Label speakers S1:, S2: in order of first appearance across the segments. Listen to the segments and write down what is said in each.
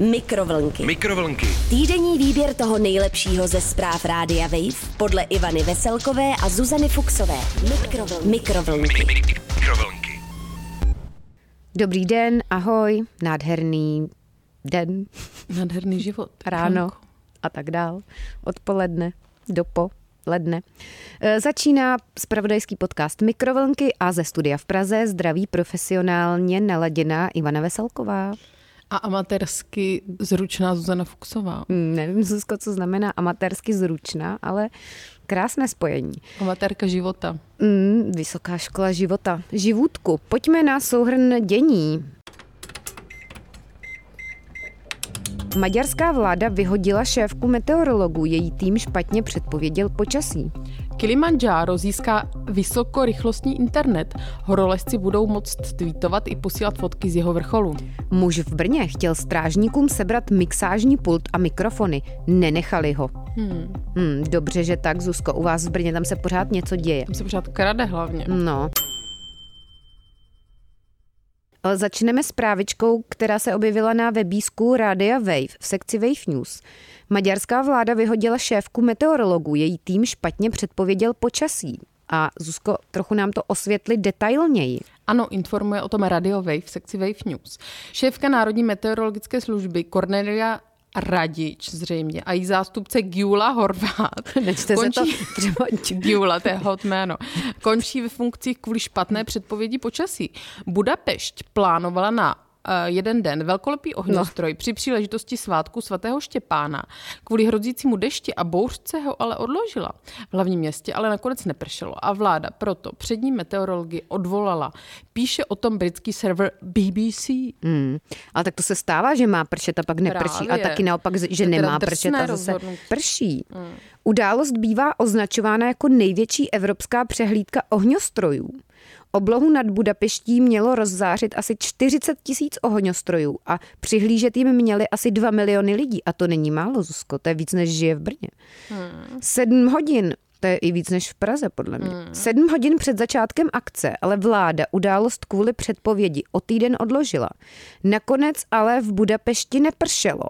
S1: Mikrovlnky.
S2: Týdenní výběr toho nejlepšího ze zpráv Rádia Wave podle Ivany Veselkové a Zuzany Fuxové. Mikrovlnky.
S3: Dobrý den, ahoj, nádherný den.
S4: Nádherný život.
S3: Ráno a tak dál. Odpoledne, dopoledne. Začíná zpravodajský podcast Mikrovlnky a ze studia v Praze zdraví profesionálně naladěná Ivana Veselková.
S4: A amatérsky zručná Zuzana Fuxová.
S3: Nevím, Zuzko, co znamená amatérsky zručná, ale krásné spojení.
S4: Amatérka života.
S3: Vysoká škola života. Živůdku. Pojďme na souhrn dění. Maďarská vláda vyhodila šéfku meteorologů, její tým špatně předpověděl počasí.
S4: Kilimandžáro získá vysokorychlostní internet. Horolezci budou moct tweetovat i posílat fotky z jeho vrcholu.
S3: Muž v Brně chtěl strážníkům sebrat mixážní pult a mikrofony. Nenechali ho. Dobře, že tak, Zuzko, u vás v Brně tam se pořád něco děje.
S4: Tam se pořád krade hlavně.
S3: No. Začneme s právičkou, která se objevila na webísku Rádia Wave v sekci Wave News. Maďarská vláda vyhodila šéfku meteorologů, její tým špatně předpověděl počasí. A Zuzko, trochu nám to osvětli detailněji.
S4: Ano, informuje o tom Radio Wave v sekci Wave News. Šéfka Národní meteorologické služby Cornelia Radič zřejmě a její zástupce Gyula Horvát.
S3: Nečte se to třeba
S4: Gyula, to je hot jméno. Končí ve funkcích kvůli špatné předpovědi počasí. Budapešť plánovala na jeden den velkolepý ohňostroj při příležitosti svátku svatého Štěpána. Kvůli hrozícímu dešti a bouřce ho ale odložila. V hlavním městě ale nakonec nepršelo a vláda proto přední meteorologii odvolala. Píše o tom britský server BBC.
S3: Ale tak to se stává, že má pršet a pak neprší.
S4: Právě.
S3: A taky naopak, že nemá pršet a zase prší. Událost bývá označována jako největší evropská přehlídka ohňostrojů. Oblohu nad Budapeští mělo rozzářit asi 40 000 ohňostrojů a přihlížet jim měli asi 2 miliony lidí. A to není málo, Zuzko, to je víc, než žije v Brně. 7 hodin, to je i víc než v Praze, podle mě. 7 hodin před začátkem akce, ale vláda událost kvůli předpovědi o týden odložila. Nakonec ale v Budapešti nepršelo.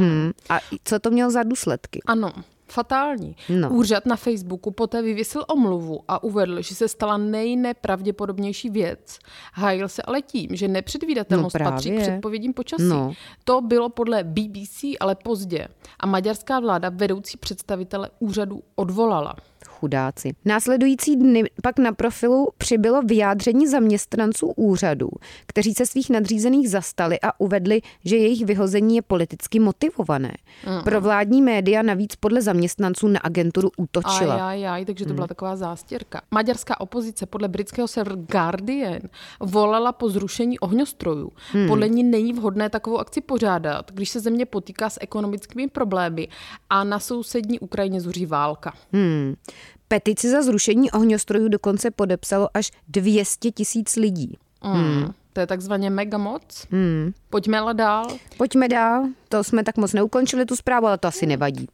S3: A co to mělo za důsledky?
S4: Ano. Fatální.
S3: No.
S4: Úřad na Facebooku poté vyvěsil omluvu a uvedl, že se stala nejnepravděpodobnější věc. Hájil se ale tím, že nepředvídatelnost patří k předpovědím počasí.
S3: No.
S4: To bylo podle BBC ale pozdě a maďarská vláda vedoucí představitele úřadu odvolala.
S3: Chudáci. Následující dny pak na profilu přibylo vyjádření zaměstnanců úřadů, kteří se svých nadřízených zastali a uvedli, že jejich vyhození je politicky motivované. Provládní média navíc podle zaměstnanců na agenturu útočila.
S4: Takže to byla taková zástěrka. Maďarská opozice podle britského serveru Guardian volala po zrušení ohňostrojů. Podle ní není vhodné takovou akci pořádat, když se země potýká s ekonomickými problémy a na sousední Ukrajině zuří válka.
S3: Petici za zrušení ohňostrojů dokonce podepsalo až 200 000 lidí.
S4: To je takzvaně mega moc. Pojďme ale dál.
S3: Pojďme dál. To jsme tak moc neukončili tu zprávu, ale to asi nevadí.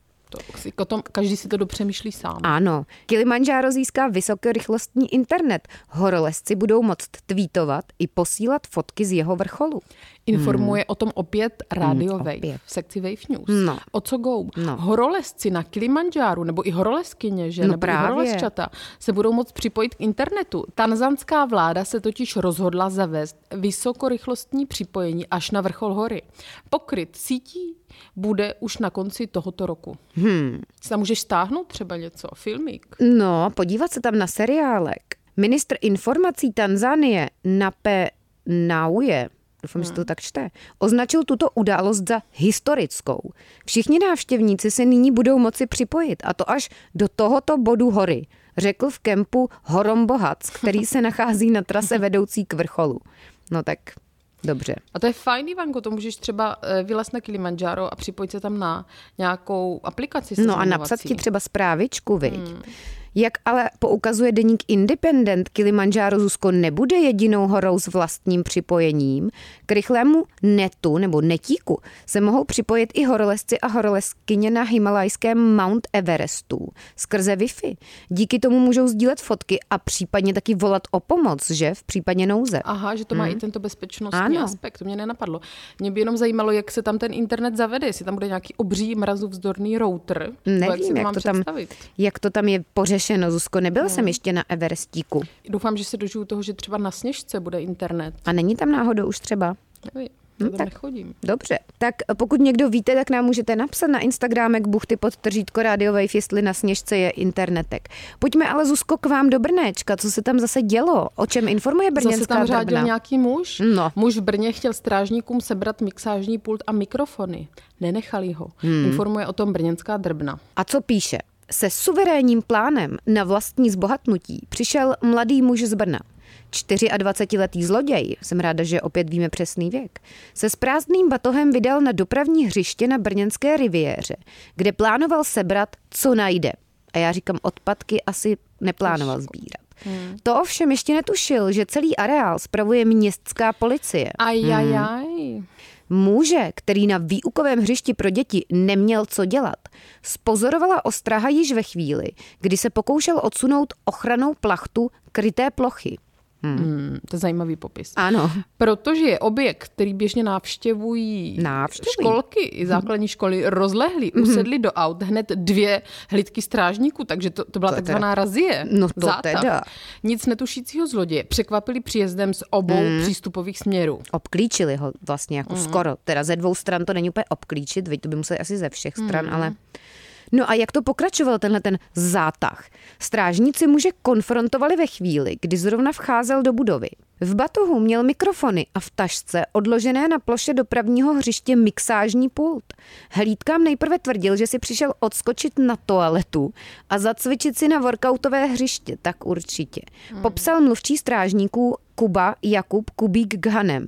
S4: Každý si to dopřemýšlí sám.
S3: Ano. Kilimandžáro získá vysokorychlostní internet. Horolezci budou moct tweetovat i posílat fotky z jeho vrcholu.
S4: Informuje o tom opět Radio Wave v sekci Wave News.
S3: No.
S4: O co go?
S3: No.
S4: Horolezci na Kilimandžáru nebo i horolezkyně, nebo i horolezčata se budou moct připojit k internetu. Tanzanská vláda se totiž rozhodla zavést vysokorychlostní připojení až na vrchol hory. Pokryt sítí bude už na konci tohoto roku. Si tam můžeš stáhnout třeba něco, filmik?
S3: No, podívat se tam na seriálek. Ministr informací Tanzanie Nape Nnauye, doufám, že to tak čte, označil tuto událost za historickou. Všichni návštěvníci se nyní budou moci připojit, a to až do tohoto bodu hory, řekl v kempu Horombohac, který se nachází na trase vedoucí k vrcholu. No tak dobře.
S4: A to je fajn, Ivanko, to můžeš třeba vylézt na Kilimandžáro a připojit se tam na nějakou aplikaci.
S3: No a napsat ti třeba zprávičku, viď? Jak ale poukazuje deník Independent, Kilimanjaro, Zuzko, nebude jedinou horou s vlastním připojením. K rychlému netu nebo netíku se mohou připojit i horolezci a horolezkyně na himalajském Mount Everestu skrze Wi-Fi. Díky tomu můžou sdílet fotky a případně taky volat o pomoc, že? V případě nouze.
S4: Aha, že to má i tento bezpečnostní aspekt, to mě nenapadlo. Mě by jenom zajímalo, jak se tam ten internet zavede, jestli tam bude nějaký obří mrazovzdorný router.
S3: Nevím, jak to tam je pořešeno, Zuzko, nebyla jsem ještě na Everestíku.
S4: Doufám, že se dožiju toho, že třeba na Sněžce bude internet.
S3: A není tam náhodou už třeba?
S4: Nevím. Tak nechodím.
S3: Dobře. Tak pokud někdo víte, tak nám můžete napsat na Instagramek _Radio Wave, jestli na Sněžce je internetek. Pojďme ale, Zuzko, k vám do Brnéčka. Co se tam zase dělo? O čem informuje brněnská
S4: Zase tam řádil
S3: Drbna?
S4: nějaký muž.
S3: No.
S4: Muž v Brně chtěl strážníkům sebrat mixážní pult a mikrofony. Nenechali ho. Informuje o tom brněnská Drbna.
S3: A co píše? Se suverénním plánem na vlastní zbohatnutí přišel mladý muž z Brna. 24letý zloděj, jsem ráda, že opět víme přesný věk, se s prázdným batohem vydal na dopravní hřiště na brněnské riviéře, kde plánoval sebrat, co najde. A já říkám, odpadky asi neplánoval sbírat. To ovšem ještě netušil, že celý areál spravuje městská policie.
S4: Ajajaj.
S3: Muže, který na výukovém hřišti pro děti neměl co dělat, spozorovala ostraha již ve chvíli, kdy se pokoušel odsunout ochrannou plachtu kryté plochy.
S4: To je zajímavý popis.
S3: Ano.
S4: Protože je objekt, který běžně navštěvují školky i základní školy, rozlehlí, usedli do aut hned 2 hlídky strážníků, takže to byla takzvaná razie.
S3: No to teda.
S4: Nic netušícího zloděje překvapili příjezdem z obou přístupových směrů.
S3: Obklíčili ho vlastně jako skoro. Teda ze 2 stran to není úplně obklíčit, veď to by museli asi ze všech stran, ale... No a jak to pokračoval tenhle ten zátah? Strážníci muže konfrontovali ve chvíli, kdy zrovna vcházel do budovy. V batohu měl mikrofony a v tašce odložené na ploše dopravního hřiště mixážní pult. Hlídkám nejprve tvrdil, že si přišel odskočit na toaletu a zacvičit si na workoutové hřiště, tak určitě. Popsal mluvčí strážníků Kuba Jakub Kubík Ghanem.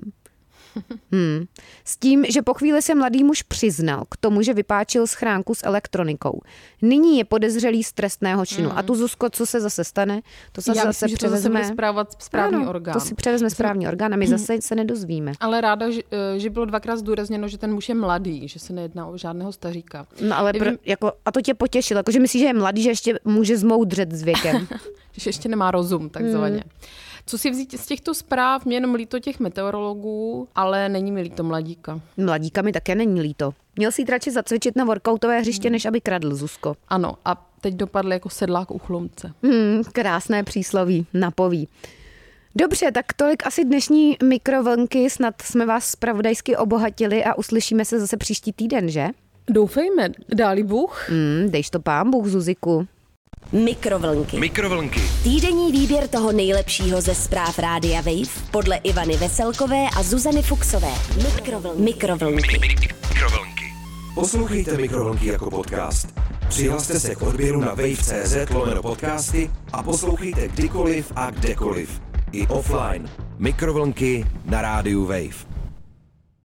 S3: S tím, že po chvíli se mladý muž přiznal k tomu, že vypáčil schránku s elektronikou. Nyní je podezřelý z trestného činu. A tu, Zuzko, co se zase stane? To se zase převezme
S4: správní orgán.
S3: To si převezme správní orgán a my zase se nedozvíme.
S4: Ale ráda, že bylo 2krát zdůrazněno, že ten muž je mladý, že se nejedná o žádného staříka.
S3: No ale a to tě potěšilo, že myslíš, že je mladý, že ještě může zmoudřet s věkem.
S4: Že ještě nemá rozum, takzvaně. Co si vzít z těchto zpráv? Mě jenom líto těch meteorologů, ale není mi líto mladíka.
S3: Mladíka mi také není líto. Měl si jít radši zacvičit na workoutové hřiště, než aby kradl, Zuzko.
S4: Ano, a teď dopadl jako sedlák u chlumce.
S3: Krásné přísloví, napoví. Dobře, tak tolik asi dnešní mikrovlnky, snad jsme vás zpravodajsky obohatili a uslyšíme se zase příští týden, že?
S4: Doufejme, dáli Bůh.
S3: Dejš to pán Bůh, Zuziku.
S2: Mikrovlnky. Týdenní výběr toho nejlepšího ze zpráv Rádia Wave podle Ivany Veselkové a Zuzany Fuksové. Mikrovlnky.
S1: Poslouchejte Mikrovlnky jako podcast. Přihlaste se k odběru na wave.cz/podcasty a poslouchejte kdykoliv a kdekoliv. I offline. Mikrovlnky na rádiu Wave.